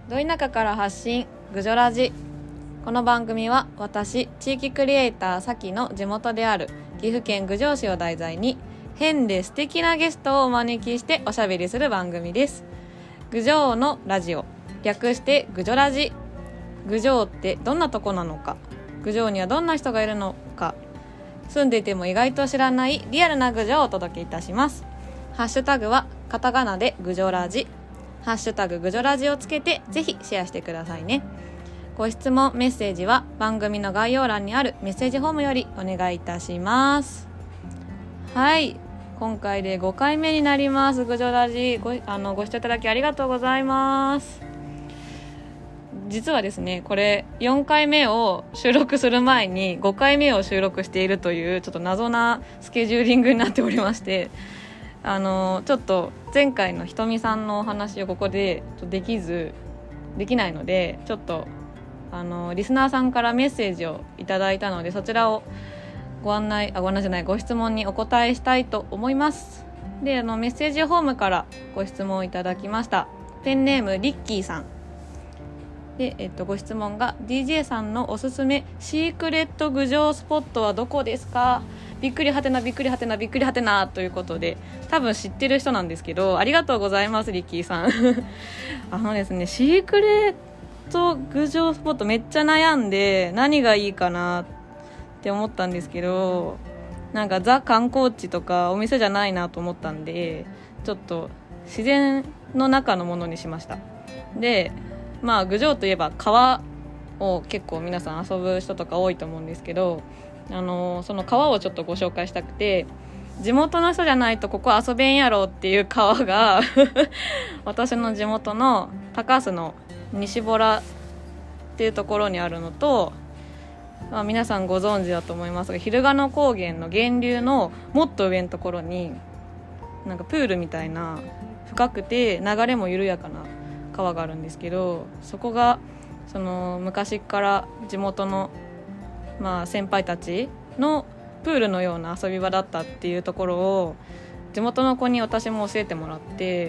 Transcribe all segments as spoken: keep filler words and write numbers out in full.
ど田舎から発信ぐじょラジ。この番組は私地域クリエイターさきの地元である岐阜県郡上市を題材に変で素敵なゲストをお招きしておしゃべりする番組です。郡上のラジオ、略してぐじょラジ。郡上ってどんなとこなのか、郡上にはどんな人がいるのか、住んでいても意外と知らないリアルな郡上をお届けいたします。ハッシュタグはカタカナでぐじょラジ、ハッシュタグぐじょラジをつけてぜひシェアしてくださいね。ご質問メッセージは番組の概要欄にあるメッセージフォームよりお願いいたします。はい、今回でごかいめになります。ぐじょラジ ご, あのご視聴いただきありがとうございます。実はですね、これよんかいめを収録する前にごかいめを収録しているというちょっと謎なスケジューリングになっておりまして、あのちょっと前回のひとみさんのお話をここでちょっとできずできないので、ちょっとあのリスナーさんからメッセージをいただいたので、そちらをご案内あご案内じゃないご質問にお答えしたいと思います。で、あのメッセージフォームからご質問いただきました。ペンネームリッキーさんで、えっと、ご質問が ディージェー さんのおすすめシークレット郡上スポットはどこですか？びっくりはてなびっくりはてなびっくりはてなということで、多分知ってる人なんですけど、ありがとうございますリッキーさんあのですね、シークレット郡上スポットめっちゃ悩んで何がいいかなって思ったんですけど、なんかザ観光地とかお店じゃないなと思ったんで、ちょっと自然の中のものにしました。で、まあ郡上といえば川を結構皆さん遊ぶ人とか多いと思うんですけど、あのその川をちょっとご紹介したくて、地元の人じゃないとここ遊べんやろっていう川が私の地元の高須の西洞っていうところにあるのと、まあ、皆さんご存知だと思いますが、昼賀野高原の源流のもっと上のところになんかプールみたいな深くて流れも緩やかな川があるんですけど、そこがその昔から地元のまあ先輩たちのプールのような遊び場だったっていうところを地元の子に私も教えてもらって、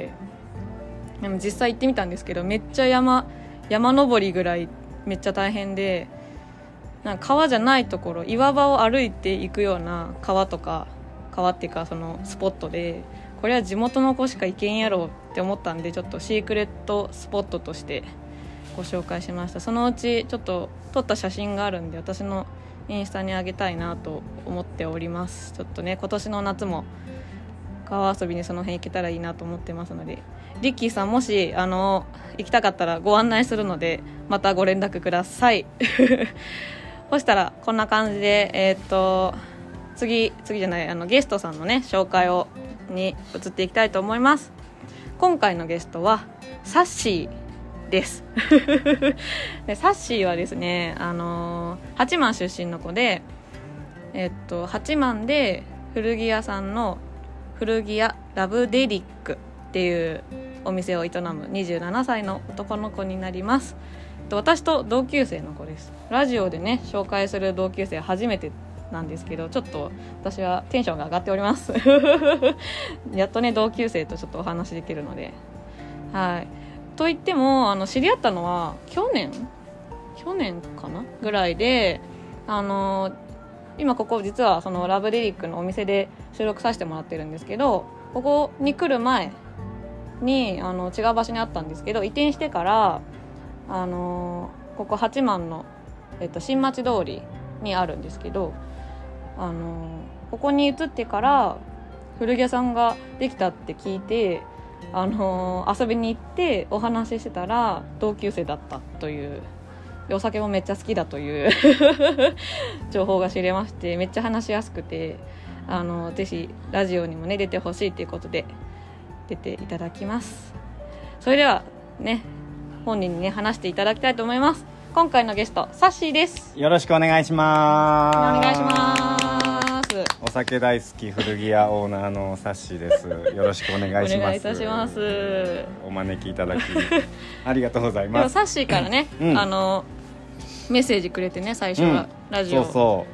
でも実際行ってみたんですけど、めっちゃ山山登りぐらいめっちゃ大変で、なんか川じゃないところ、岩場を歩いていくような川とか川っていうかそのスポットで、これは地元の子しか行けんやろって思ったんで、ちょっとシークレットスポットとしてご紹介しました。そのうちちょっと撮った写真があるんで、私のインスタにあげたいなと思っております。ちょっとね、今年の夏も川遊びにその辺行けたらいいなと思ってますので、リッキーさんもしあの行きたかったらご案内するので、またご連絡くださいそしたらこんな感じで、えー、っと次次じゃないあのゲストさんのね紹介をに移っていきたいと思います。今回のゲストはサッシーですでサッシーはですね、あのー、八幡出身の子で、えっと八幡で古着屋さんの古着屋ラブデリックっていうお店を営むにじゅうななさいの男の子になります。私と同級生の子です。ラジオでね紹介する同級生初めてなんですけど、ちょっと私はテンションが上がっておりますやっとね同級生とちょっとお話できるので、はいと言っても、あの知り合ったのは去年去年かなぐらいで、あの今ここ実はそのラブデリックのお店で収録させてもらってるんですけど、ここに来る前にあの違う場所にあったんですけど、移転してからあのここ八幡の、えっと、新町通りにあるんですけど、あのここに移ってから古着屋さんができたって聞いて、あのー、遊びに行ってお話ししてたら同級生だったという、お酒もめっちゃ好きだという情報が知れまして、めっちゃ話しやすくて、あのー、ぜひラジオにもね出てほしいということで出ていただきます。それではね本人にね話していただきたいと思います。今回のゲストサッシーです。 よろしくお願いします。 お願いします。 お酒大好き古着屋オーナーのサッシーです。よろしくお願いします。 お願いいたします。 お招きいただきありがとうございます。 でもサッシーからね、うん、あのメッセージくれてね、最初は、うん、ラジオそうそ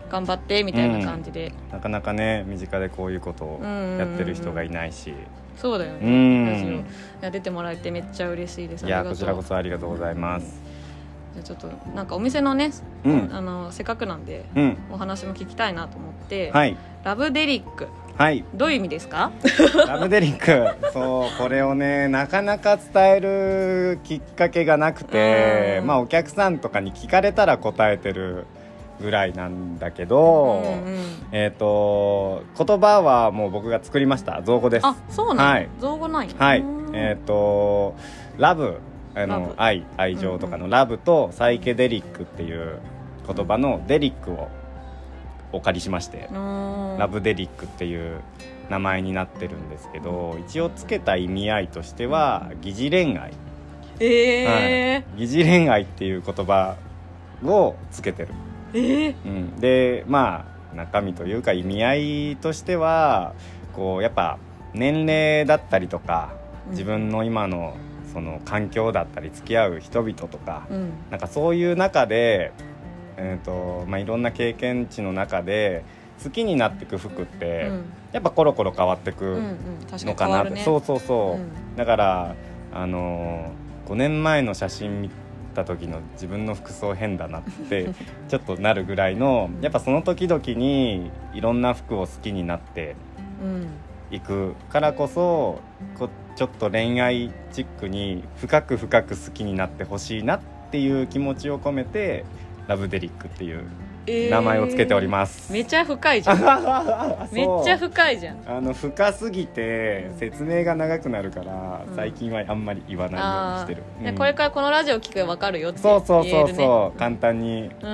頑張ってみたいな感じで、 うん、なかなかね身近でこういうことをやってる人がいないし、うんうんうん、 そうだよね、 うん、 ラジオいや出てもらえてめっちゃ嬉しいです。 いやこちらこそありがとうございます。 じゃあちょっとなんかお店のね、 うん、 あのせっかくなんで、 うん、 お話も聞きたいなと思って、 はい、 ラブデリック、 はい、 どういう意味ですか？ ラブデリックそうこれをねなかなか伝えるきっかけがなくて、まあお客さんとかに聞かれたら答えてるぐらいなんだけど、うんうん、えっ、ー、と言葉はもう僕が作りました。造語です。 あ、そうなの、はい、造語ない。 はい、えっ、ー、とラブ、あの愛愛情とかのラブとサイケデリックっていう言葉のデリックをお借りしまして、ラブデリックっていう名前になってるんですけど、一応つけた意味合いとしては疑似恋愛、 えーはい、疑似恋愛っていう言葉をつけてる。 えーうん、でまあ中身というか意味合いとしてはこうやっぱ年齢だったりとか自分の今のその環境だったり付き合う人々とか、うん、なんかそういう中で、えーとまあ、いろんな経験値の中で好きになっていく服って、うん、やっぱコロコロ変わっていくのかなって、うんうんね、そうそうそう、うん、だからあのー、ごねんまえの写真見た時の自分の服装変だなってちょっとなるぐらいのやっぱその時々にいろんな服を好きになっていくからこそ、こちょっと恋愛チックに深く深く好きになってほしいなっていう気持ちを込めてラブデリックっていう名前をつけております、 えー、めちゃ深いじゃんめっちゃ深いじゃん。 あの深すぎて説明が長くなるから、うん、最近はあんまり言わないようにしてる、 うん、これからこのラジオ聞くば分かるよって言える、ね、そうそうそうそう簡単に、 うんうん、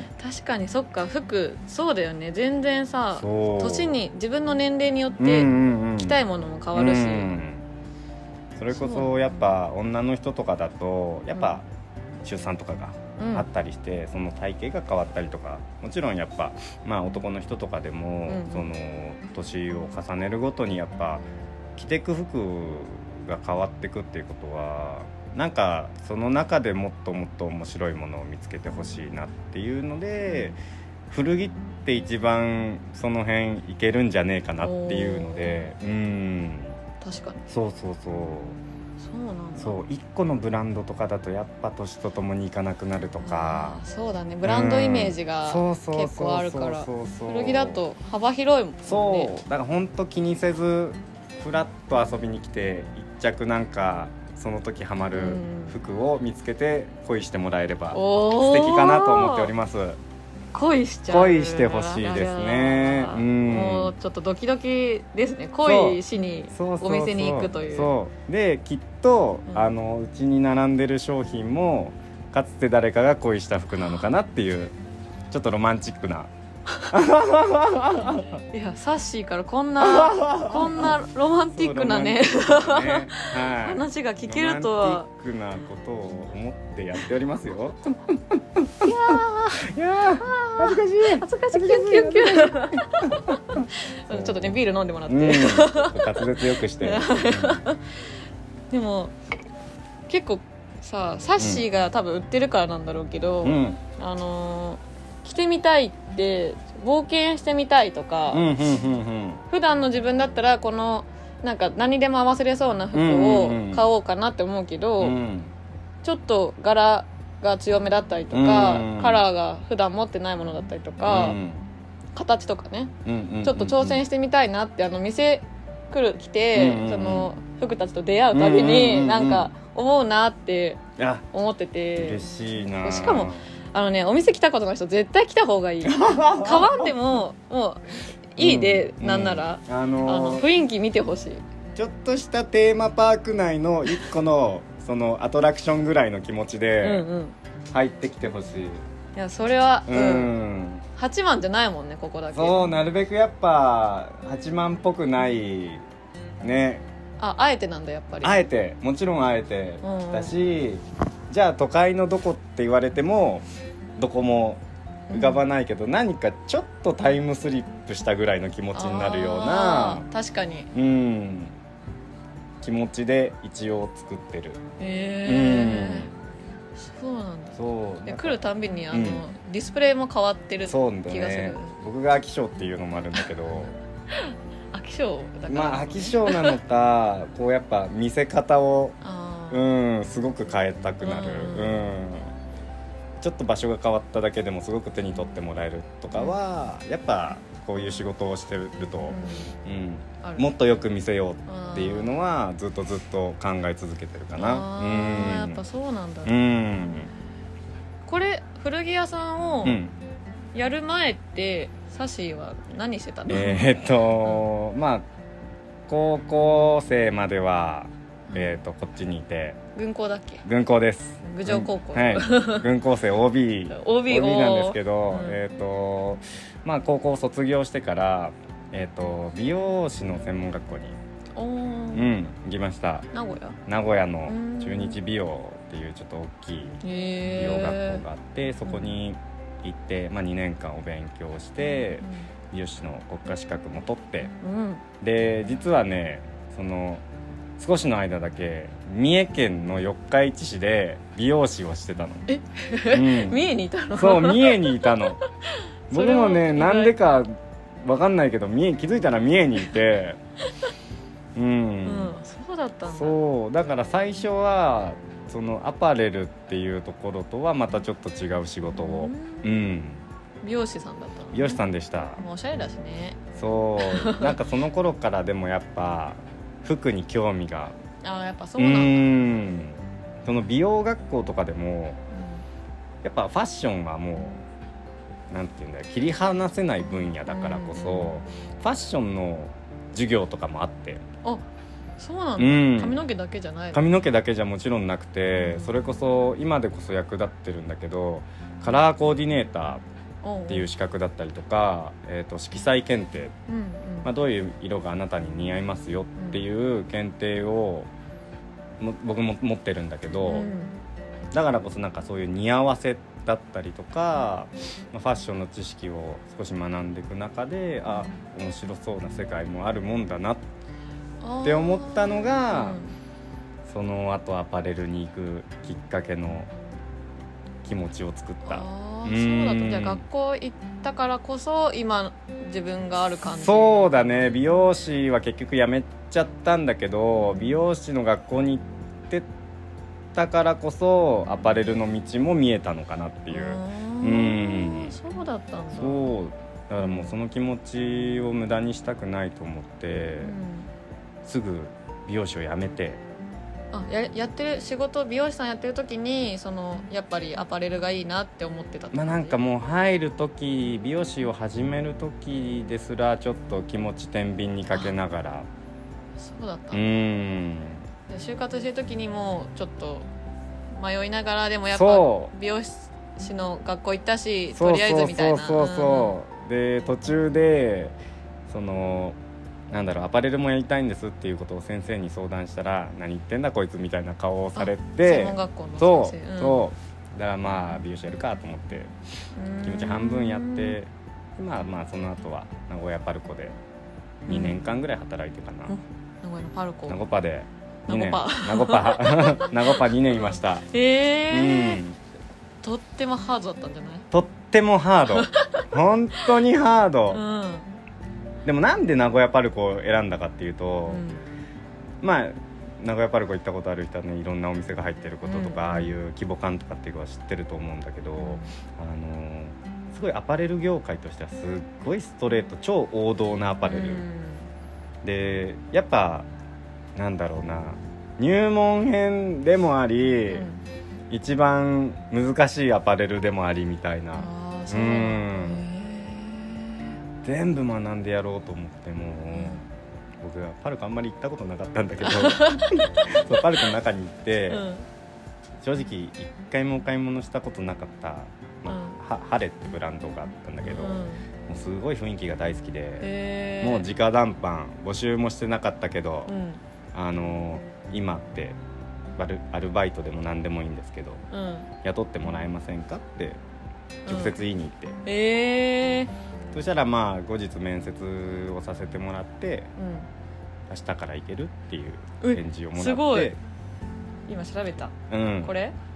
確かにそっか。服そうだよね、全然さ年に自分の年齢によって着たいものも変わるし、うんうんうん、 それこそやっぱ女の人とかだとやっぱ出産とかがあったりして、うん、その体型が変わったりとか、もちろんやっぱ、まあ、男の人とかでも、うん、その年を重ねるごとにやっぱ着てく服が変わってくっていうことはなんかその中でもっともっと面白いものを見つけてほしいなっていうので、うん、古着って一番その辺いけるんじゃねえかなっていうので、うん、 確かにそうそうそうそうなんだ。 そういっこのブランドとかだとやっぱ年とともにいかなくなるとか、 そうだね、ブランドイメージが結構あるから古着だと幅広いもんね。 そうだから本当気にせずフラッと遊びに来て一着なんかその時ハマる服を見つけて恋してもらえれば素敵かなと思っております。 恋しちゃう恋してほしいですね、うん、 もうちょっとドキドキですね。恋しにお店に行くという。 そうできっと、うん、あのうちに並んでる商品もかつて誰かが恋した服なのかなっていうちょっとロマンチックないやサッシーからこんなこんなロマンティックな ね, ね、はい、話が聞けるとは。 ロマンティックなことを思ってやっておりますよいやーいやー恥ずかしい恥ずかしいキュンキュンキュンちょっとねビール飲んでもらって、うん、 滑舌よくして、うん、 でも結構さサッシーが多分売ってるからなんだろうけど、うん、あのー着てみたいって冒険してみたいとか、うんうんうんうん、普段の自分だったらこのなんか何でも合わせれそうな服を買おうかなって思うけど、うんうんうん、ちょっと柄が強めだったりとか、うんうん、カラーが普段持ってないものだったりとか、うん、形とかね、うんうんうんうん、ちょっと挑戦してみたいなってあの店来る来て、うんうんうん、その服たちと出会うたびに、うんうんうん、なんか思うなって思ってて嬉しいな。 しかもあのね、お店来たことの人絶対来た方がいい。買わんでももういいで、うん、なんなら、うん、あのー、あの雰囲気見てほしい。 ちょっとしたテーマパーク内の一個のそのアトラクションぐらいの気持ちで入ってきてほしい。いやそれは、うんうん、はちまんじゃないもんねここだけ。 そうなるべくやっぱはちまんっぽくないね。 ああえてなんだやっぱり。 あえてもちろんあえてだし、うんうんじゃあ都会のどこって言われてもどこも浮かばないけど、うん、何かちょっとタイムスリップしたぐらいの気持ちになるような確かに、 うん、気持ちで一応作ってる。 へえ、うん、 そうなんだ。 そうで来るたんびにあの、 うん、 ディスプレイも変わってる気がする。 そうだね、僕が飽き性っていうのもあるんだけど飽き性だから、 まあ飽き性なのかこうやっぱ見せ方をうんすごく変えたくなる、うん、うん、ちょっと場所が変わっただけでもすごく手に取ってもらえるとかは、うん、やっぱこういう仕事をしてると、うんうん、もっとよく見せようっていうのはずっとずっと考え続けてるかな。 あ、うん、やっぱそうなんだ、ね、 うん、 これ古着屋さんをやる前って、うん、サシは何してたの？ えーっと、うん、まあ高校生までは、えー、とこっちにいて。 軍校だっけ？ 軍校です。 郡上高校、 はい、軍校生 オービーオービーなんですけど、 うん、 えーとまあ、高校卒業してから、えー、と美容師の専門学校に、 お、 うん、行きました。 名古屋名古屋の中日美容っていうちょっと大きい美容学校があって、そこに行って、まあ、にねんかんお勉強して、うん、美容師の国家資格も取って、うん、で実はねその少しの間だけ三重県の四日市市で美容師をしてたの。 え、うん、三重にいたの？ そう、三重にいたの僕もねなんでか分かんないけど三重気づいたら三重にいてうん、うん、 そうだったんだ。 そうだから最初はそのアパレルっていうところとはまたちょっと違う仕事を、うん、うん、 美容師さんだったの、ね、 美容師さんでした。 もうおしゃれだしね。 そうなんかその頃からでもやっぱ服に興味があ、やっぱそうなんだ。うん、 その美容学校とかでも、うん、やっぱファッションはもうなんていうんだよ切り離せない分野だからこそ、うんうん、ファッションの授業とかもあって。 あ、そうなんだ、うん、髪の毛だけじゃないの？ 髪の毛だけじゃもちろんなくて、うん、それこそ今でこそ役立ってるんだけどカラーコーディネーターっていう資格だったりとか、えーと、色彩検定、うんうん、まあ、どういう色があなたに似合いますよっていう検定をも僕も持ってるんだけど、うん、だからこそなんかそういう似合わせだったりとか、まあ、ファッションの知識を少し学んでいく中で、あ、面白そうな世界もあるもんだなって思ったのが、うん、その後アパレルに行くきっかけの気持ちを作った。 あ、そうだった。じゃあ学校行ったからこそ今自分がある感じ。 そうだね。美容師は結局辞めちゃったんだけど、美容師の学校に行ってたからこそアパレルの道も見えたのかなっていう。 うん、そうだったんだ。 そうだからもうその気持ちを無駄にしたくないと思って、うん、すぐ美容師を辞めて。 あ、や, やってる仕事美容師さんやってる時にそのやっぱりアパレルがいいなって思ってたって。 まあなんかもう入る時美容師を始める時ですらちょっと気持ち天秤にかけながら。 そうだった。 うん。 で就活してる時にもちょっと迷いながらでもやっぱ美容師の学校行ったしとりあえずみたいな。 そうそうそうそう、うん、で途中でそのなんだろうアパレルもやりたいんですっていうことを先生に相談したら、何言ってんだこいつみたいな顔をされて、 専門学校の先生。 そう、うん、そうだからまあ美容師やるかと思って気持ち半分やって、まあまあその後は名古屋パルコでにねんかんぐらい働いてかな、うん、 名古屋のパルコ名古パで名古パ名古パ名古パにねんいました。 へえー、うん、とってもハードだったんじゃない？ とってもハード本当にハード、うん、でもなんで名古屋パルコを選んだかっていうと、うん、まあ名古屋パルコ行ったことある人はねいろんなお店が入ってることとか、うん、ああいう規模感とかっていうのは知ってると思うんだけど、うん、あのすごいアパレル業界としてはすっごいストレート超王道なアパレル、うん、でやっぱなんだろうな入門編でもあり、うん、一番難しいアパレルでもありみたいな。 あ、そうなんだ。うん、 全部学んでやろうと思っても、うん、僕はパルコあんまり行ったことなかったんだけどそうパルコの中に行って、うん、正直一回もお買い物したことなかった、まあうん、ハレってブランドがあったんだけど、うん、もうすごい雰囲気が大好きで、もう直談判募集もしてなかったけど、うん、あの今ってア ル, アルバイトでも何でもいいんですけど、うん、雇ってもらえませんかって直接言いに行って、うん、 えーそしたらまあ後日面接をさせてもらって、うん、明日から行けるっていう返事をもらって。 すごい今調べた、うん、これ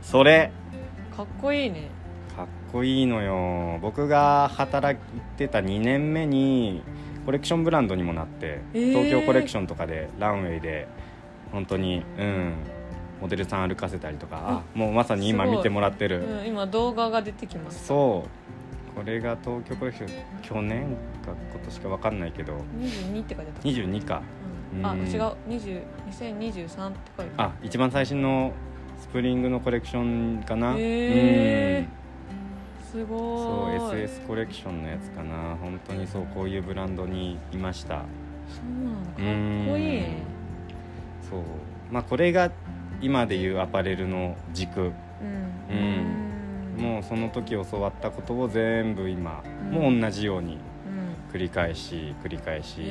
それかっこいいね。 かっこいいのよ。僕が働いてたにねんめにコレクションブランドにもなって、 えー、 東京コレクションとかでランウェイで本当に、うん、モデルさん歩かせたりとか、あ、もうまさに今見てもらってる、 うん、今動画が出てきます。 そうこれが東京コレクション去年か今年か分かんないけどにじゅうにって書いてあった。 にじゅうにか、 うん、あ、違うにじゅう、にせんにじゅうさんって書いてある。 あ、一番最新のスプリングのコレクションかな。 へー、うん、すごい。 い。 そう エスエス コレクションのやつかな。本当にそうこういうブランドにいました。 そうなの、かっこいいね。 そうまあこれが今でいうアパレルの軸、うん、うん、もうその時教わったことを全部今、うん、もう同じように繰り返し繰り返し、うん、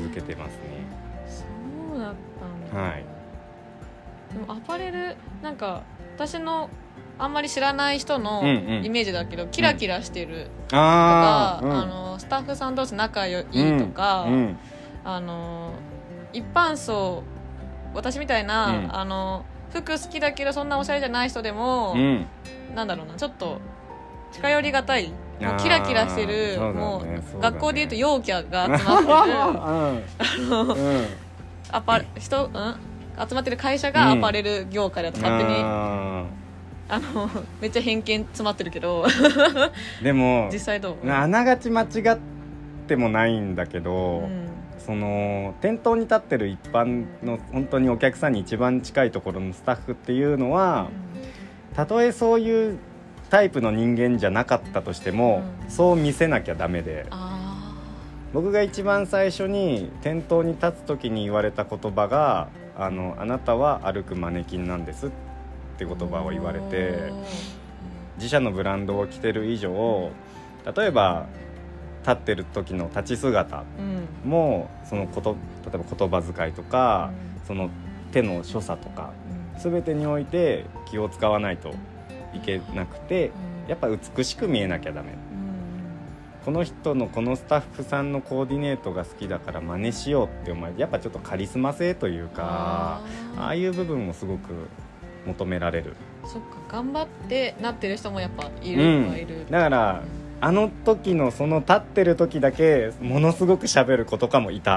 続けてますね。 そうだったんだ。 はい。 でもアパレルなんか私のあんまり知らない人のイメージだけど、うんうん、キラキラしてるとか、うん、あのスタッフさん同士仲良いとか、うんうん、あの一般層、私みたいな、うん、あの服好きだけどそんなおしゃれじゃない人でも、うん、なんだろうな、ちょっと近寄りがたい、もうキラキラしてる、ね、もう、ね、学校でいうと陽キャが集まってる、あの、うん、アパ人、うん、集まってる会社がアパレル業界だと勝手に、うん、あのめっちゃ偏見詰まってるけどでも実際どう？ あながち間違ってもないんだけど、うん、その店頭に立ってる一般の本当にお客さんに一番近いところのスタッフっていうのは、うん、たとえそういうタイプの人間じゃなかったとしても、うん、そう見せなきゃダメで、あ、僕が一番最初に店頭に立つ時に言われた言葉が、あのあなたは歩くマネキンなんですって言葉を言われて、自社のブランドを着てる以上、例えば立ってる時の立ち姿も、うん、そのこと例えば言葉遣いとか、うん、その手の所作とか、うん、全てにおいて気を使わないといけなくて、うん、やっぱ美しく見えなきゃダメ、うん、この人のこのスタッフさんのコーディネートが好きだから真似しようって思う、やっぱちょっとカリスマ性というか、ああいう部分もすごく求められる。 そっか、頑張ってなってる人もやっぱいる、はいる、 うん、だからあの時のその立ってる時だけものすごく喋る子とかもいた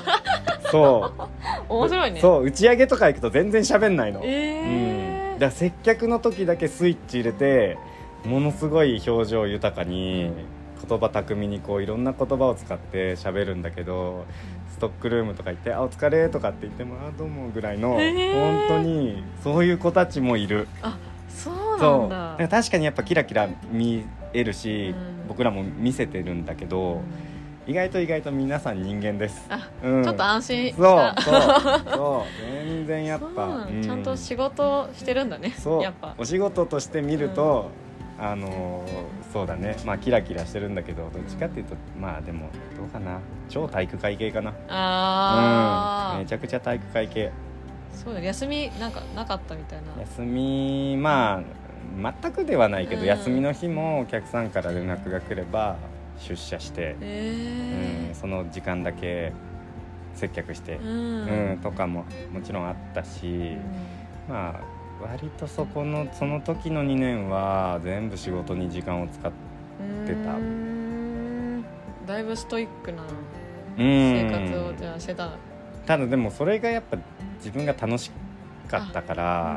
そう面白いね。 そう打ち上げとか行くと全然喋んないの、 えーうん、だから接客の時だけスイッチ入れてものすごい表情豊かに、言葉巧みにこういろんな言葉を使って喋るんだけど、ストックルームとか行ってあお疲れとかって言ってもあどうもぐらいの、えー、本当にそういう子たちもいる。 あ、そうなんだ。 そう確かにやっぱキラキラ見えるし、うん、僕らも見せてるんだけど、うん、意外と意外と皆さん人間です。 あ、うん、ちょっと安心した。そうそうそう全然やっぱ、 うん、ちゃんと仕事してるんだね。 そうやっぱお仕事として見ると、うん、あのそうだね、まあキラキラしてるんだけど、どっちかっていうと、うん、まあでもどうかな、超体育会系かな。 あ、 うん、めちゃくちゃ体育会系。 そうだ、休みなんかなかったみたいな。 休みまあ全くではないけど、うん、休みの日もお客さんから連絡が来れば出社して、 えーうん、その時間だけ接客して、うんうん、とかももちろんあったし、うん、まあ割とそこのその時のにねんは全部仕事に時間を使ってた。 うーん、だいぶストイックな生活をじゃあしてた。 ただでもそれがやっぱ自分が楽しかったから、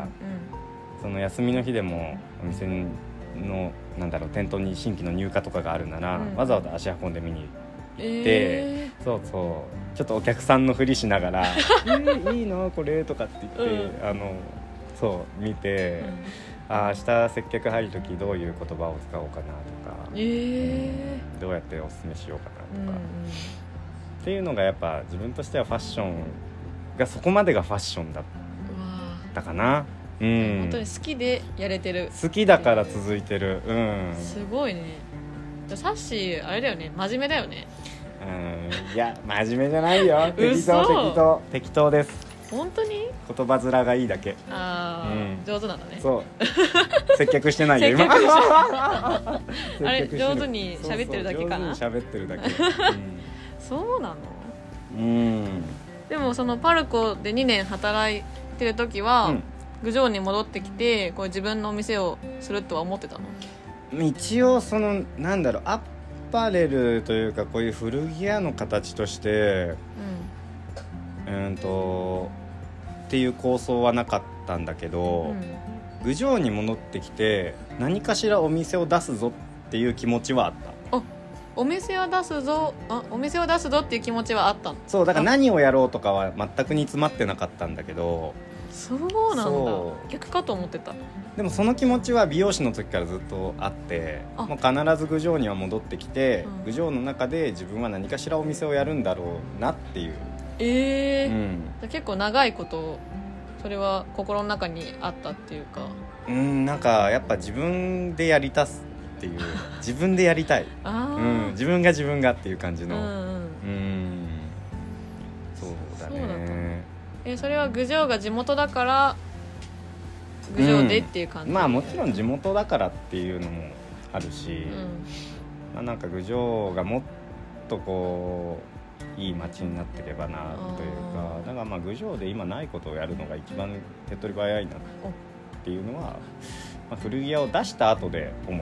うんうん、その休みの日でもお店のなんだろう店頭に新規の入荷とかがあるなら、うん、わざわざ足運んで見に行って、えー、そうそうちょっとお客さんのふりしながらえー、いいのこれとかって言って、うん、あのそう見て、うん、あ明日接客入るときどういう言葉を使おうかなとか、 えーうん、どうやっておすすめしようかなとか、うん、っていうのがやっぱ自分としてはファッションがそこまでがファッションだったかな。うん、 本当に好きでやれてる。 好きだから続いてる、うん、 すごいね。じゃあサッシーあれだよね、真面目だよね。 うん、いや真面目じゃないよ適当適当適当です。 本当に言葉面がいいだけ。 あ、うん、上手なんだね。 そう接客してないよ今あれ上手に喋ってるだけかな。 そうそう上手に喋ってるだけ、うん、 そうなの。 うん、 でもそのパルコでにねん働いてる時は、うん、 郡上に戻ってきてこう自分のお店をするとは思ってたの？ 一応そのなんだろうアパレルというかこういう古着屋の形としてうんうんとっていう構想はなかったんだけど、 うん、 郡上に戻ってきて何かしらお店を出すぞっていう気持ちはあった。 あ、お店を出すぞあお店を出すぞっていう気持ちはあったの？ そうだから何をやろうとかは全く煮詰まってなかったんだけど、 そうなんだ。 そう逆かと思ってた。 でもその気持ちは美容師の時からずっとあってあもう必ず郡上には戻ってきて、 うん郡上の中で自分は何かしらお店をやるんだろうなっていう、 えーうんじゃあ結構長いことそれは心の中にあったっていうか。 うんなんかやっぱ自分でやりたすっていう自分でやりたい、 あうー、 ん、自分が自分がっていう感じの、 うんうん、 うんそうだそうだったね。 えそれは郡上が地元だから郡上でっていう感じ、 うんまあもちろん地元だからっていうのもあるし、 うんまあ、なんか郡上がもっとこういい街になってればなというか、だからまあ郡上で今ないことをやるのが一番手っ取り早いなっていうのは、まあ、古着屋を出した後で思った。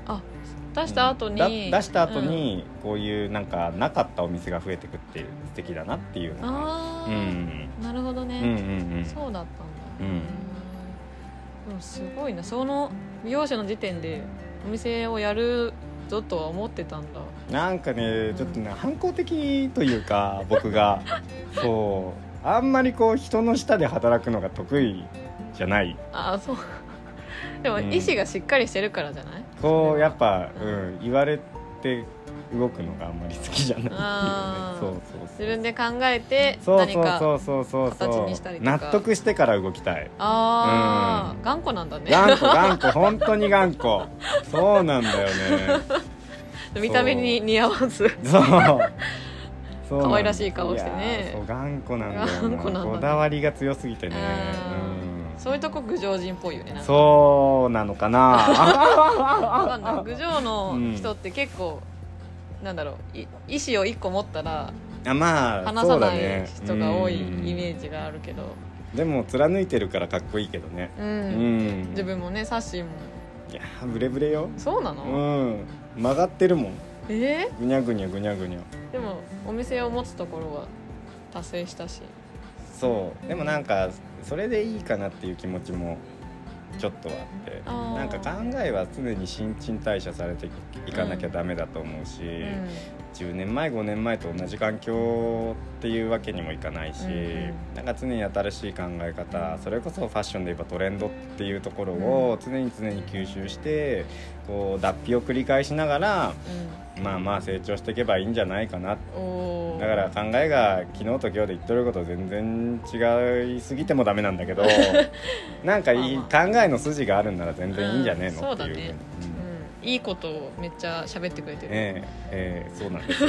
あ出した後に、 うんだ出した後にこういうなんかなかったお店が増えてくって素敵だなっていうのが、 ああ、 うんなるほどね、 うんうんうんそうだったんだ、 うんでもすごいな、その美容師の時点でお店をやるぞとは思ってたんだ。 なんかねちょっとね反抗的というか僕がそうあんまりこう人の下で働くのが得意じゃない。 ああそうでもうん意志がしっかりしてるからじゃない？ こうやっぱ、 ううんん、言われて動くのがあんまり好きじゃないっていうねあーそうそうそう自分で考えてそう何かそうそうそうそう形にしたりとか納得してから動きたい。 ああ、 うん頑固なんだね。 頑固頑固本当に頑固そうなんだよね見た目に似合わずそうそう可愛らしい顔してねいやそう頑固なんだよ頑固なんだねこだわりが強すぎてね、 うん、そういうとこ郡上人っぽいよね。 うん、 なんかそうなのかなわかんない郡上の人って結構、なんだろうい意思を一個持ったらあまあ話さないそうだね人が多いイうんメージがあるけど、 でも貫いてるからかっこいいけどね、 うんうん自分もねサッシーもいやブレブレよ。 そうなの、 うん曲がってるもんえぐにゃぐにゃぐにゃぐにゃ。 ー、でもお店を持つところは達成したし。 そうでもなんかそれでいいかなっていう気持ちもちょっとはあってあーなんか考えは常に新陳代謝されていかなきゃダメだと思うし、 うんじゅうねんまえごねんまえと同じ環境っていうわけにもいかないし、 うんうんなんか常に新しい考え方それこそファッションで言えばトレンドっていうところを常に常に吸収してこう脱皮を繰り返しながらまあまあ成長していけばいいんじゃないかな。 うん、おーだから考えが昨日と今日で言っとること全然違いすぎてもダメなんだけどなんかいいまあ考えの筋があるんなら全然いいんじゃねえの、 うんっていうそうだねうんうん、いいことをめっちゃ喋ってくれてる、 ええええそうなんですよ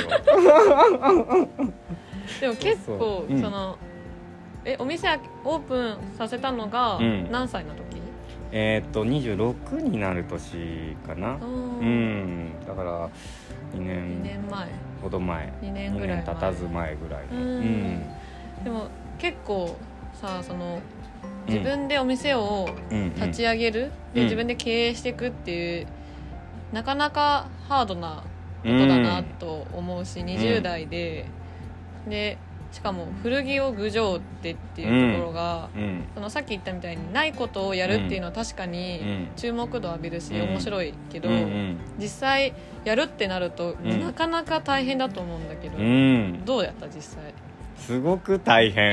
でも結構そうそううんそのえお店オープンさせたのがうん何歳の時？ えーっとにじゅうろくになる年かなううんんだからにねにんねんまえほど前にねんぐらい前経たず前ぐらいのうんでも結構さその自分でお店をうん立ち上げる、 うんで自分で経営していくっていうなかなかハードなことだなと思うし、にじゅう代ででしかも古着を郡上ってっていうところが、 うんうんそのさっき言ったみたいにないことをやるっていうのは確かうにん注目度を浴びるし、 うん面白いけど、 うんうん実際やるってなると、 んなかなか大変だと思うんだけど、 うんどうやった実際？ すごく大変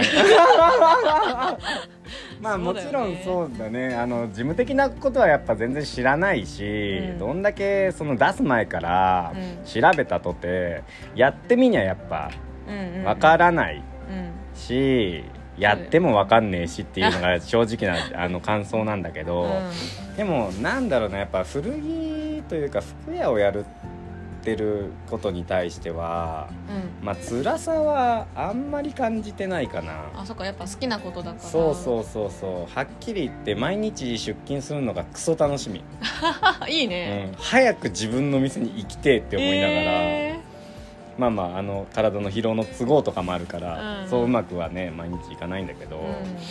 まあそうもだよねちろんそうだねあの事務的なことはやっぱ全然知らないし、 うんどんだけその出す前からうん調べたとて、やってみにゃやっぱうんうんうんわからないうんし、やってもわかんねえしっていうのが正直なあの感想なんだけど、でもなんだろうなやっぱ古着というか服屋をやるってることに対してはうんうんまあ辛さはあんまり感じてないかな。 あそっかやっぱ好きなことだからそうそうそうそうはっきり言って毎日出勤するのがクソ楽しみ、 ういいね、 うん、早く自分の店に行きてえって思いながら、 えまあまああの体の疲労の都合とかもあるから、 うんそううまくはね毎日行かないんだけど、 ーうん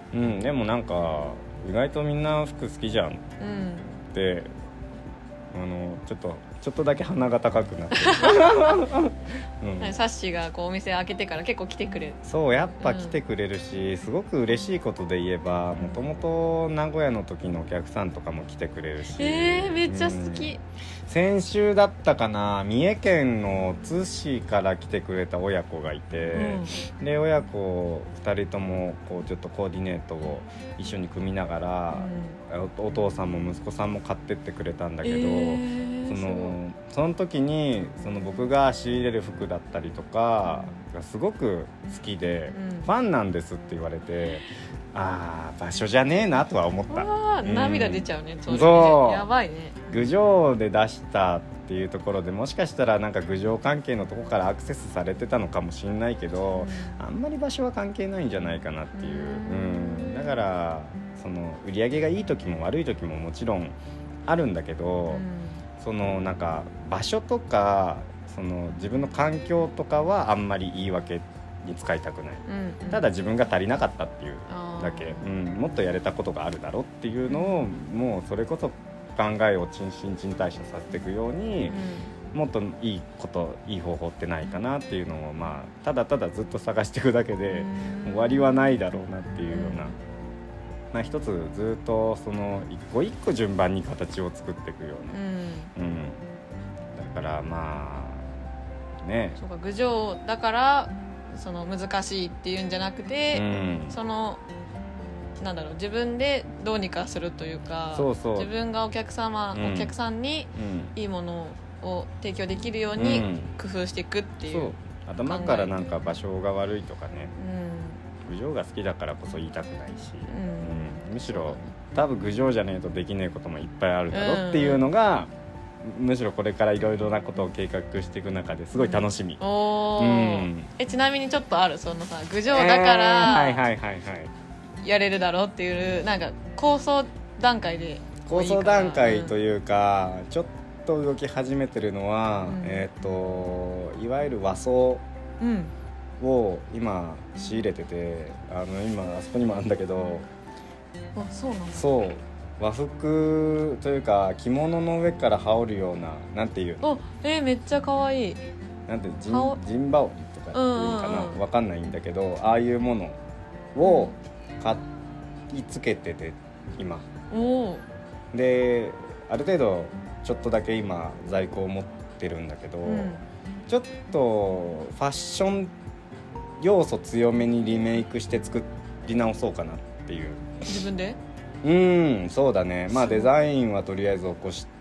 うん、でもなんか意外とみんな服好きじゃんっうんて、あのちょっとちょっとだけ鼻が高くなってる、うん、 サッシーがこうお店開けてから結構来てくれる。 そうやっぱ来てくれるし、すごく嬉しいことで言えば、もともと名古屋の時のお客さんとかも来てくれるし、 えー、めっちゃ好き、 うん、先週だったかな、三重県の津市から来てくれた親子がいて、うん、で親子ふたりともこうちょっとコーディネートを一緒に組みながら、うん、お, お父さんも息子さんも買ってってくれたんだけど、えー、そのその時にその僕が仕入れる服だったりとかがすごく好きで、うん、ファンなんですって言われて、あー場所じゃねえなとは思った。 あ、うん、涙出ちゃうね。それね、 そうやばいね。 郡上で出したっていうところで、もしかしたらなんか郡上関係のとこからアクセスされてたのかもしれないけど、うん、あんまり場所は関係ないんじゃないかなっていう、うん、だからその売り上げがいい時も悪い時ももちろんあるんだけど、うん、そのなんか場所とかその自分の環境とかはあんまり言い訳に使いたくない、うんうん、ただ自分が足りなかったっていうだけ、うん、もっとやれたことがあるだろっていうのを、もうそれこそ考えを新陳代謝させていくように、うん、もっといいこといい方法ってないかなっていうのを、まあ、ただただずっと探していくだけで終わりはないだろうなっていうような、まあ、一つずっとその一個一個順番に形を作っていくような、うんうん、だからまあね、 そうか、郡上だからその難しいっていうんじゃなくて、うん、そのなんだろう、自分でどうにかするというか、 そうそう、 自分がお客様、うん、お客さんにいいものを提供できるように工夫していくっていう、うん、そう頭からなんか場所が悪いとかね、うん、郡上が好きだからこそ言いたくないし、うんうん、むしろ多分郡上じゃねえとできねえこともいっぱいあるだろっていうのが、うん、むしろこれからいろいろなことを計画していく中ですごい楽しみ、うん、お、 うん、えちなみにちょっとあるそのさ、郡上だから、えー、はいはいはいはいやれるだろうっていうなんか構想段階で構想段階というか、うん、ちょっと動き始めてるのは、うん、えっ、ー、といわゆる和装を今仕入れてて、あの今あそこにもあるんだけど、 あ、そうなんだ。 そう和服というか着物の上から羽織るような、なんていうの、 えー、めっちゃ可愛い、 なんてジン、ジンバオリとかっていうかな、うんうん、わかんないんだけど、ああいうものを買い付けてて今おで、ある程度ちょっとだけ今在庫を持ってるんだけど、うん、ちょっとファッション要素強めにリメイクして作り直そうかなっていう。 自分で？ うん、そうだね。まあデザインはとりあえず起こして、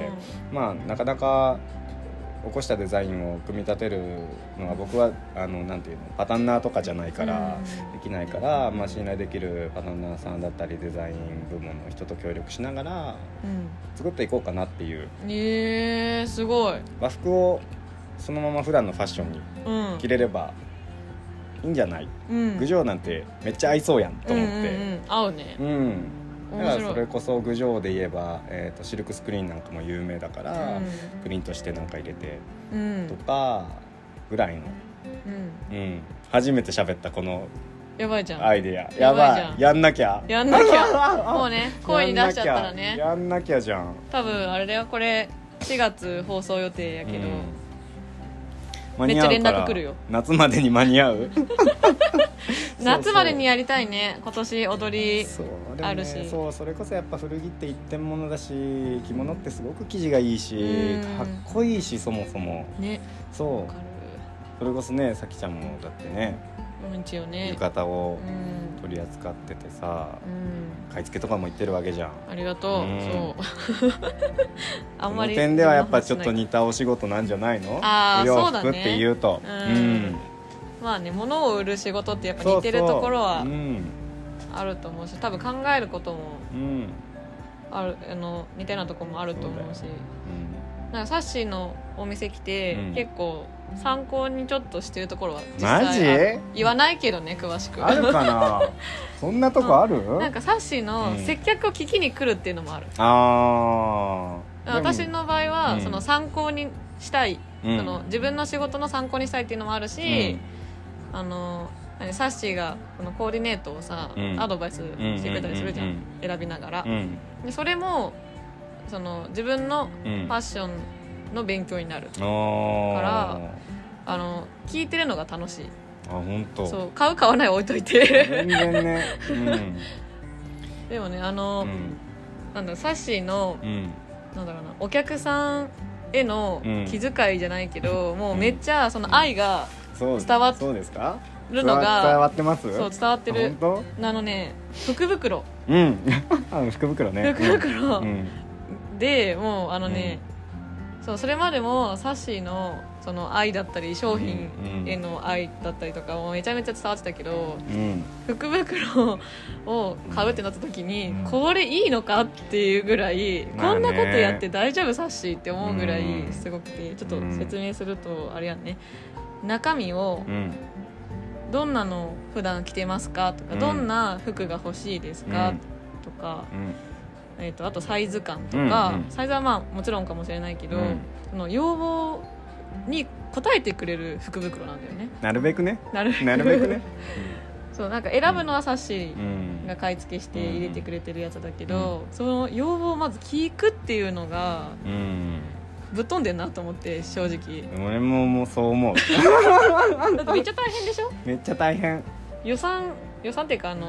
うん、まあなかなか起こしたデザインを組み立てるのは僕はあのなんていうのパタンナーとかじゃないからできないから、まあ、信頼できるパタンナーさんだったりデザイン部門の人と協力しながら作っていこうかなっていう、 うん、えー、すごい。 和服をそのまま普段のファッションに着れればいいんじゃない、うん、郡上なんてめっちゃ合いそうやんと思って、うんうんうん、 合うね、 うん、だからそれこそ郡上で言えば、えーと、シルクスクリーンなんかも有名だから、うん、プリントしてなんか入れてとかぐらいの、うんうん、初めて喋ったこのやばいじゃんアイデアやばい、や, やんなきゃやんなきゃもうね声に出しちゃったらねやんなきゃじゃん。 多分あれだよ、これしがつ放送予定やけど、 うん、 めっちゃ連絡来るよ。 夏までに間に合う夏までにやりたいね。今年踊りあるし、 そう、ね、そうそれこそやっぱ古着って一点物だし、着物ってすごく生地がいいしかっこいいし、そもそもね、 そうそれこそね、さきちゃんもだってね、 うん、一応ね浴衣を取り扱っててさ、うん、買い付けとかも行ってるわけじゃん。 ありがとう、うん、そうあんまりその点ではやっぱちょっと似たお仕事なんじゃないの？ あお洋服って言うと、 うん、うん、まあね、物を売る仕事ってやっぱ似てるところはあると思うし、多分考えることもある、あの似たようなところもあると思うし、うん、なんかサッシーのお店来て、うん、結構参考にちょっとしてるところは実際マジ？ 言わないけどね、詳しくあるかなそんなとこある？ なんかサッシーの接客を聞きに来るっていうのもある、うん、 あ私の場合は、うん、その参考にしたい、 うん、 その自分の仕事の参考にしたいっていうのもあるし、うん、あの何サッシーがこのコーディネートをさ、 うん、 アドバイスしてくれたりするじゃん、 うんうんうんうん、 選びながら、 うん、 でそれもその自分のファッションの勉強になる、うん、からあの聞いてるのが楽しい。 あ、本当。 そう、買う買わない置いといて全然ね、うん、 でもね、あの、うん、なんだろう、サッシーの、うん、なんだろうな、お客さんへの気遣いじゃないけど、うん、もうめっちゃその愛が伝わってるのが、 伝わってます。 そう、伝わってる。本当？あのね、福袋、 うん、福袋ね、 福袋、うん、でもうあのね、うん、そう、それまでもサッシーのその愛だったり商品への愛だったりとかもめちゃめちゃ伝わってたけど、うん、福袋を買うってなった時に、うん、これいいのかっていうぐらい、まあ、こんなことやって大丈夫サッシーって思うぐらいすごくて、ちょっと説明するとあれやね、中身をどんなの普段着てますかとか、うん、どんな服が欲しいですか、うん、とか、うん、えーと、あとサイズ感とか、うんうん、サイズはまあもちろんかもしれないけど、うん、その要望に応えてくれる福袋なんだよね。 なるべくね。 なるべく、 なるべくね。 そう、なんか選ぶのはサッシーが買い付けして入れてくれてるやつだけど、うん、その要望をまず聞くっていうのが、うん、ぶっ飛んでんなと思って、正直。 俺ももうそう思う。 だってめっちゃ大変でしょ。 めっちゃ大変。 予算予算っていうか、あの、うん、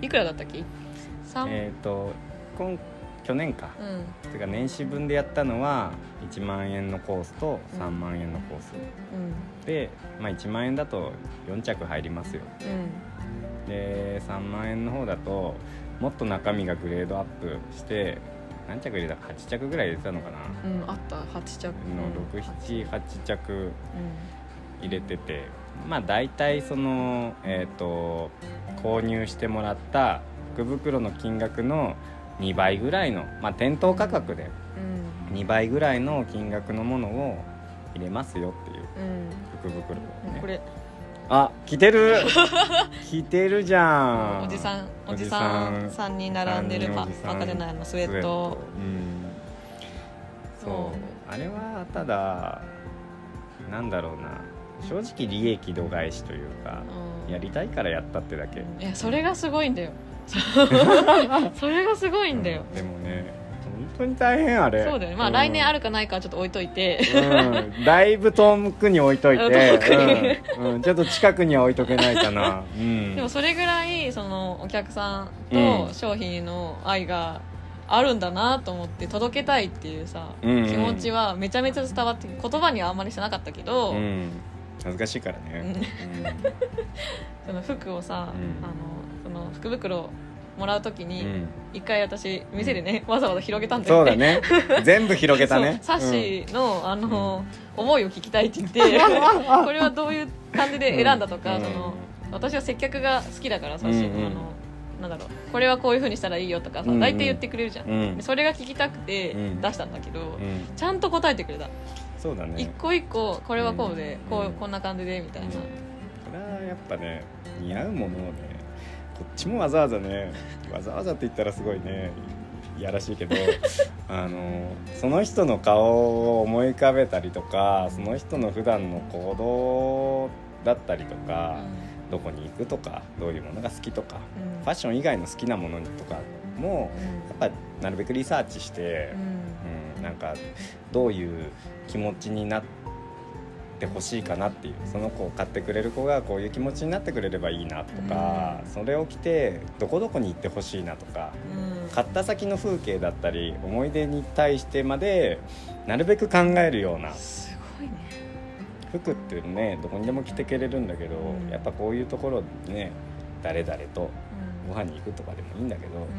いくらだったっけ。 えっ、ー、と今去年か、うん、てか年始分でやったのはいちまんえんのコースとさんまんえんのコース、うん、で、まあ、いちまんえんだとよん着入りますよ、うん、でさんまんえんの方だともっと中身がグレードアップして何着入れたかはち着ぐらい入れてたのかな、 うん、あったはち着のろく、なな、はち着入れてて、うん、まあ大体その、えーと、購入してもらった福袋の金額のにばいぐらいの、まあ、店頭価格でにばいぐらいの金額のものを入れますよっていう福袋、ね、 うん、これあ、着てる着てるじゃん。 おじさんおじさんさんに並んでるパパカじゃないのスウェット、うん、 そう、あれはただなんだろうな、正直利益度外視というか、うん、やりたいからやったってだけ。 いや、それがすごいんだよ。それがすごいんだよ、 うん、でもね、本当に大変あれ。 そうだよね、まあ、うん、来年あるかないかはちょっと置いといて、 うん、だいぶ遠くに置いといて、うんうん、ちょっと近くには置いとけないかな、うん、 でもそれぐらいそのお客さんと商品の愛があるんだなと思って、届けたいっていうさ、うんうん、気持ちはめちゃめちゃ伝わって、言葉にはあんまりしてなかったけど、うん、 恥ずかしいからね、うん、 その服をさ、うん、あのその福袋もらうときに一回私店でね、うん、わざわざ広げたんだよね。 そうだね、全部広げたね。 サッシーの、うん、あの思いを聞きたいって言ってこれはどういう感じで選んだとか、うん、その私は接客が好きだから、サッシーの、うんうん、あのなんだろう、これはこういう風にしたらいいよとかさ、うんうん、大体言ってくれるじゃん、うん、それが聞きたくて出したんだけど、うん、ちゃんと答えてくれた。 そうだね、 一個一個これはこうで、うん、こうこんな感じでみたいな、うん、これはやっぱね、似合うものをね、こっちもわざわざね、わざわざって言ったらすごいねいやらしいけどあのその人の顔を思い浮かべたりとか、その人の普段の行動だったりとか、うん、どこに行くとか、どういうものが好きとか、うん、ファッション以外の好きなものとかも、うん、やっぱなるべくリサーチして、うんうん、なんかどういう気持ちになってほしいかなっていう、その子を買ってくれる子がこういう気持ちになってくれればいいなとか、うん、それを着てどこどこに行ってほしいなとか、うん、買った先の風景だったり思い出に対してまでなるべく考えるような。 すごいね。 服っていうのね、どこにでも着てけれるんだけど、うん、やっぱこういうところでね、誰々とご飯に行くとかでもいいんだけど、うん、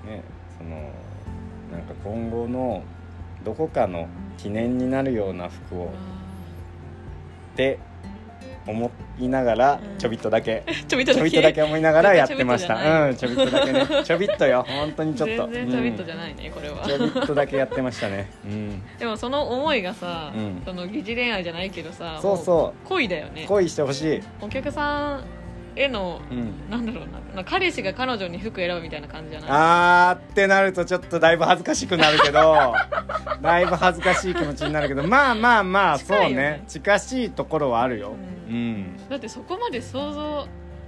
ね、そのなんか今後のどこかの記念になるような服をって思いながら、うん、ちょびっとだけちょびっとだけちょびっとだけ思いながらやってました。うん、ちょびっとだけね、ちょびっとよ、本当にちょっと全然ちょびっとじゃないね、うん、これはちょびっとだけやってましたね、うん、 でもその思いがさ、うん、その疑似恋愛じゃないけどさ、 そうそう恋だよね。 恋してほしい。 お客さんへの、うん、なんだろうな、彼氏が彼女に服選ぶみたいな感じじゃない？ あーってなるとちょっとだいぶ恥ずかしくなるけどだいぶ恥ずかしい気持ちになるけど、まあまあまあ、そうね、近しいところはあるよ、うんうん、 だってそこまで想像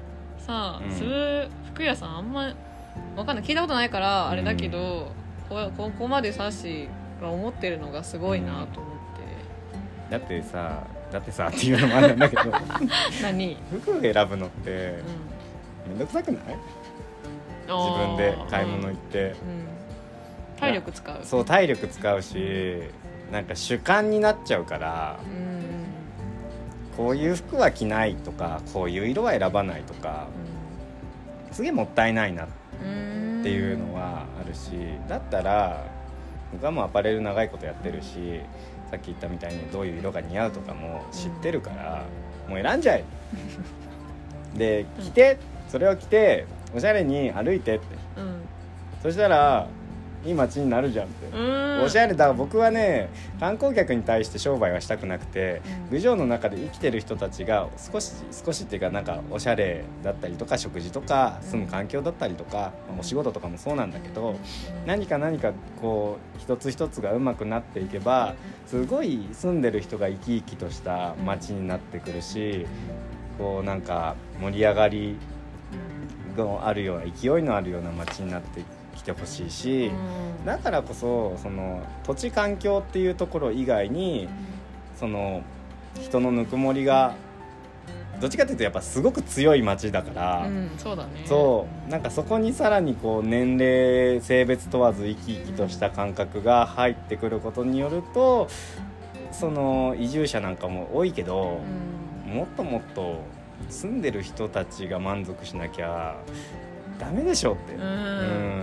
さ、 うんする服屋さんあんまわかんない、聞いたことないからあれだけど、うん、こ, ここまでサッシーが思ってるのがすごいなと思って、 うん、だってさだってさっていうのもあるんだけど何服を選ぶのってめんどくさくない？自分で買い物行って、うんうん、 体力使う。 そう体力使うし、なんか主観になっちゃうから、うん、こういう服は着ないとかこういう色は選ばないとか、うん、すげえもったいないなっていうのはあるし、だったら僕はもうアパレル長いことやってるし、さっき言ったみたいにどういう色が似合うとかも知ってるから、うん、もう選んじゃえで着て、それを着ておしゃれに歩いてって、うん、そしたらいい街になるじゃんって。おしゃれだ。僕はね観光客に対して商売はしたくなくて、うん、郡上の中で生きてる人たちが少し少しっていうかなんかおしゃれだったりとか食事とか住む環境だったりとか、うん、お仕事とかもそうなんだけど、何か何かこう一つ一つがうまくなっていけばすごい住んでる人が生き生きとした街になってくるし、こうなんか盛り上がりがあるような勢いのあるような街になってきてほしいし、うん、だからこそその土地環境っていうところ以外にその人のぬくもりがどっちかというとやっぱすごく強い街だから、 うん、そうだね。 そうなんかそこにさらにこう年齢性別問わず生き生きとした感覚が入ってくることによると、その移住者なんかも多いけど、うん、もっともっと住んでる人たちが満足しなきゃダメでしょって。うん、うん、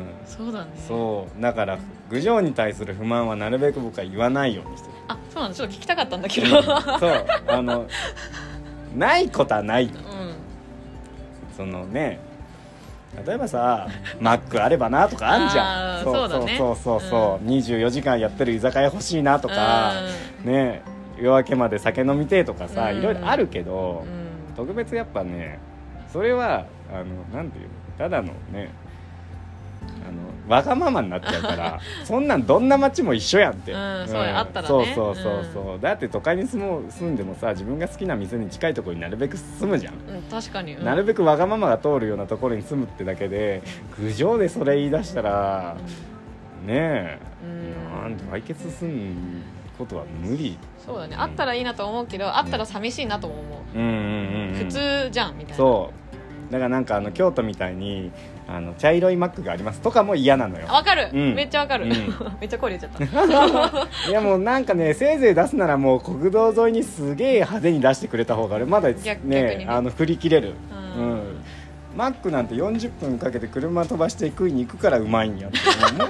そうだね。 そうだから郡上に対する不満はなるべく僕は言わないようにしてる。 あ、そうなんだ。ちょっと聞きたかったんだけど、うん、そうあのないことはない、うん、そのね、例えばさマックあればなとかあんじゃん。そうそうそうそうそう、うん、にじゅうよじかんやってる居酒屋欲しいなとか、うん、ね、夜明けまで酒飲みてえとかさ、うん、いろいろあるけど、うん、特別やっぱねそれはあのなんていうの、ただのねあのわがままになっちゃうからそんなんどんな街も一緒やんって、 うんうん、そうあったらね、 そうそうそうそう、うん、だって都会に住もう住んでもさ自分が好きな店に近いところになるべく住むじゃん、 うん、確かに、うん、 なるべくわがままが通るようなところに住むってだけで郡上でそれ言い出したら、うん、ねえ、うん、なんで解決することは無理。 そうだね、うん、あったらいいなと思うけど、あったら寂しいなとも思う、うんうんうんうん、普通じゃんみたいな。 そうだからなんかあの京都みたいにあの茶色いマックがありますとかも嫌なのよ。 わかる、うん、めっちゃわかる、うん、めっちゃ声出ちゃったいやもうなんかね、せいぜい出すならもう国道沿いにすげえ派手に出してくれた方が俺まだ ね, ねあの振り切れる、うんうん、マックなんてよんじゅっぷんかけて車飛ばして食いに行くからうまいんやって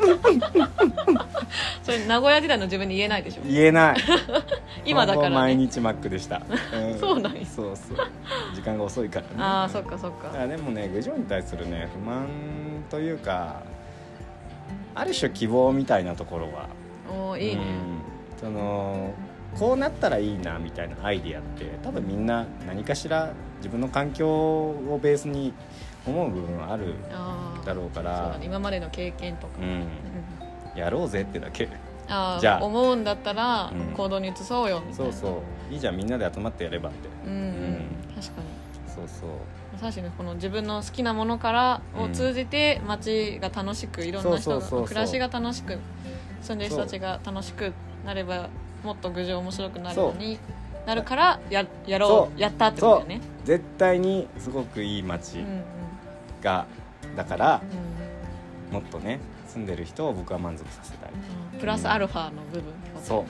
それ名古屋時代の自分に言えないでしょ。 言えない今だからね、 毎日マックでした、 うん、そうなんや。 そうそう、時間が遅いからね。 ああ、そっかそっか。 でもね、郡上に対するね不満というか、ある種希望みたいなところは、 おいいね、 うん、そのこうなったらいいなみたいなアイディアって多分みんな何かしら自分の環境をベースに思う部分あるだろうから、 そうだね、今までの経験とか、 うん、やろうぜってだけ。 あじゃあ思うんだったら行動に移そうよみたいな、 そうそういいじゃん、みんなで集まってやればって、 うんうんうん、確かにそうそう、 確かにこの自分の好きなものからを通じて街が楽しく、いろんな人の暮らしが楽しく、住んでる人たちが楽しくなればもっと郡上面白くなるのになるから や, やろうやったってことだよね。 絶対にすごくいい街が、うんうん、だから、うん、もっとね住んでる人を僕は満足させたい、 うん、プラスアルファの部分、 うん、そう、うん、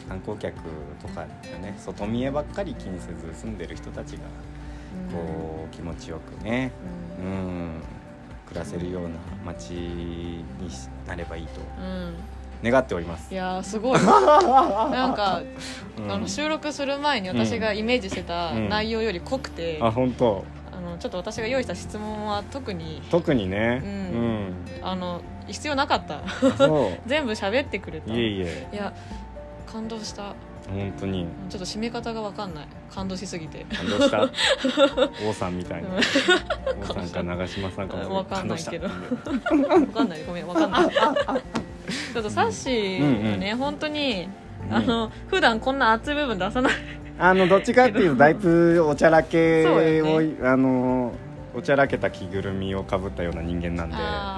観光客とかがね外見えばっかり気にせず住んでる人たちがこう気持ちよくね、うんうん、暮らせるような街になればいいと願っております。 いやすごいなんか、うん、あの収録する前に私がイメージしてた内容より濃くて、 うん、あ本当、 あのちょっと私が用意した質問は特に特にね、 うんうん、あの必要なかった全部喋ってくれた。 いえいえ、 いや感動した、 本当にちょっと締め方が分かんない、感動しすぎて。 感動した王さんみたいな王さんか長嶋さんかも分かんないけど分かんない、ごめん分かんないちょっとサッシーがね、うんうん、本当にあの、うん、普段こんな熱い部分出さないあのどっちかっていうとだいぶおちゃらけを、ね、あのおちゃらけた着ぐるみをかぶったような人間なんで、 あー、 うん、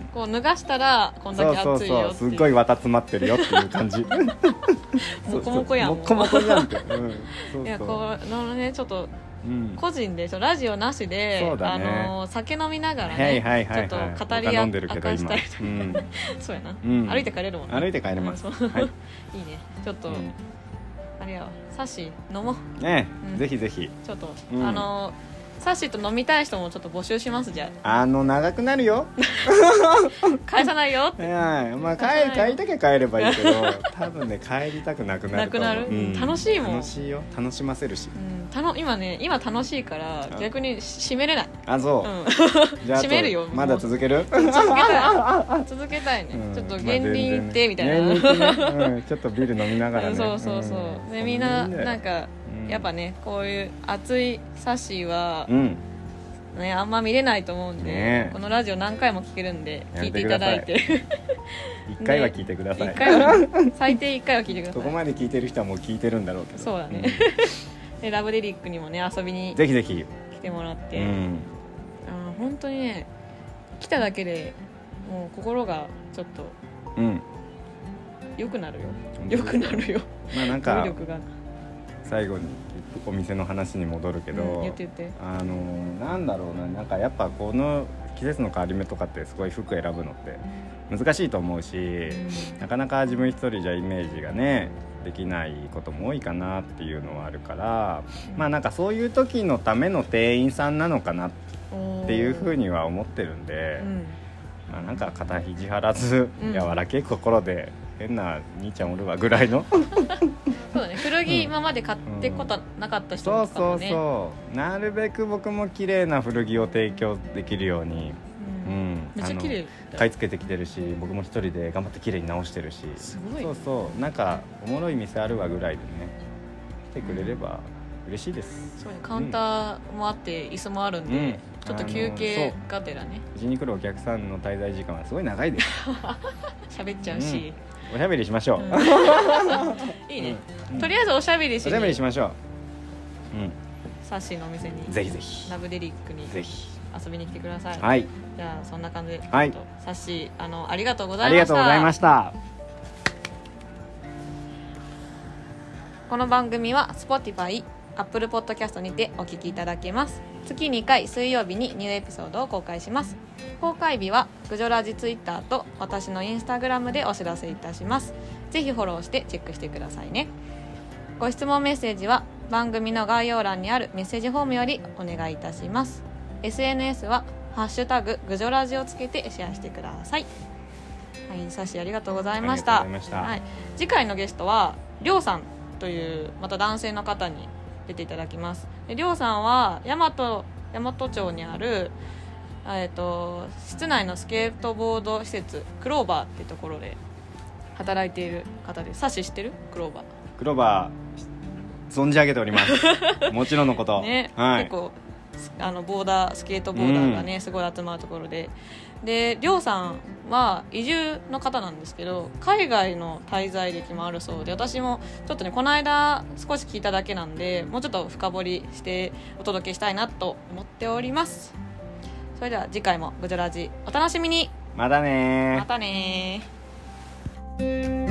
こう脱がしたらこんだけそう熱いよっていう、 そうそうすっごい綿詰まってるよっていう感じもこもこやんもこもこやんって、うん、そうそういやこのねちょっとうん個人でラジオなしで、 そうだね、 あの酒飲みながらね、 はいはいはいはい、 ちょっと語り僕は合飲んでるけど明かしたり今、うん、 そうやな、 うん歩いて帰れるもんね。 歩いて帰れます、 うんそうはい、 いいねちょっと、 うんあれやわサッシー飲もうね、 うんぜひぜひちょっと、 うんあのサッシーと飲みたい人もちょっと募集します。じゃあの長くなるよあ返さないよっていやまあ帰帰りたきゃ帰ればいいけど多分ね帰りたくなくなると思う。 なくなるうん楽しいもん楽しいよ、楽しませるし、 うん、たの今ね今楽しいから逆に締めれない、 あそう、 うん、 じゃああと閉めるよまだ続ける続けたい続けたいね、 うんちょっとまあ減輪行ってみたいな、 全然減輪行ってね、うんちょっとビール飲みながらねそうそうそう、 んでみんなそれでいいだよなんか、 うんやっぱねこういう熱いサッシーは、 うんね、あんま見れないと思うんで、 ねこのラジオ何回も聞けるんでやめ聞いていたてくださいだいて一回は聞いてください、 一回は最低いっかいは聞いてください。 そこまで聞いてる人はもう聞いてるんだろうけどそうだね、でラブデリックにもね遊びにぜひぜひ、 来てもらって、 うん、 あー本当にね来ただけでもう心がちょっとうん良くなるよ本当良くなるよまあなん語か力が、 最後にお店の話に戻るけど、 うん、言って言ってあのなんだろうな、なんかやっぱこの季節の変わり目とかってすごい服選ぶのって難しいと思うし、 うんなかなか自分一人じゃイメージがねできないことも多いかなっていうのはあるから、 うんまあなんかそういう時のための店員さんなのかなっていうふうに、 には思ってるんで、 うんまあ、なんか肩肘張らずうん柔らけい心で変な兄ちゃんおるわぐらいのそうだね、古着うん今まで買ってことなかった人そうそうとかもね、 そうなるべく僕も綺麗な古着を提供できるように、 ううんん、 めっちゃ綺麗あの買い付けてきてるし、僕も一人で頑張って綺麗に直してるし、 すごいそうそうなんかおもろい店あるわぐらいでね来てくれれば嬉しいです。 そうね、カウンターもあって椅子もあるんで、 うんちょっと休憩がてらねうちに来るお客さんの滞在時間はすごい長いです喋っちゃうし、 おしゃべりしましょう、 うんいいね、 うんとりあえずおしゃべりしおしゃべりにしましょう、 サッシーのお店にうん、ぜひぜひラブデリックにぜひ遊びに来てください。 はいじゃあそんな感じで、 はいちょっとサッシーあのありがとうござあいました。 りがとうございました。 この番組は Spotify、Apple Podcast にてお聞きいただけます。月にかい水曜日にニューエピソードを公開します。公開日はグジョラジ Twitter と私の Instagram でお知らせいたします。ぜひフォローしてチェックしてくださいね。ご質問メッセージは番組の概要欄にあるメッセージフォームよりお願いいたします。 エスエヌエス はハッシュタググジョラジをつけてシェアしてください。はい、サッシーありがとうございました。 ありがとうございましたはい、次回のゲストはりょうさんというまた男性の方に出ていただきます。でりょうさんは大和大和町にある、えー、と室内のスケートボード施設クローバーっていうところで働いている方です。サッシー知ってる？クローバークローバー存じ上げておりますもちろんのこと、 ね、 はい、 結構あのボーダースケートボーダーがね、うん、すごい集まるところで、でりょうさんは移住の方なんですけど海外の滞在歴もあるそうで、私もちょっとねこの間少し聞いただけなんでもうちょっと深掘りしてお届けしたいなと思っております。それでは次回もグジョラジお楽しみに。 またねーまたねー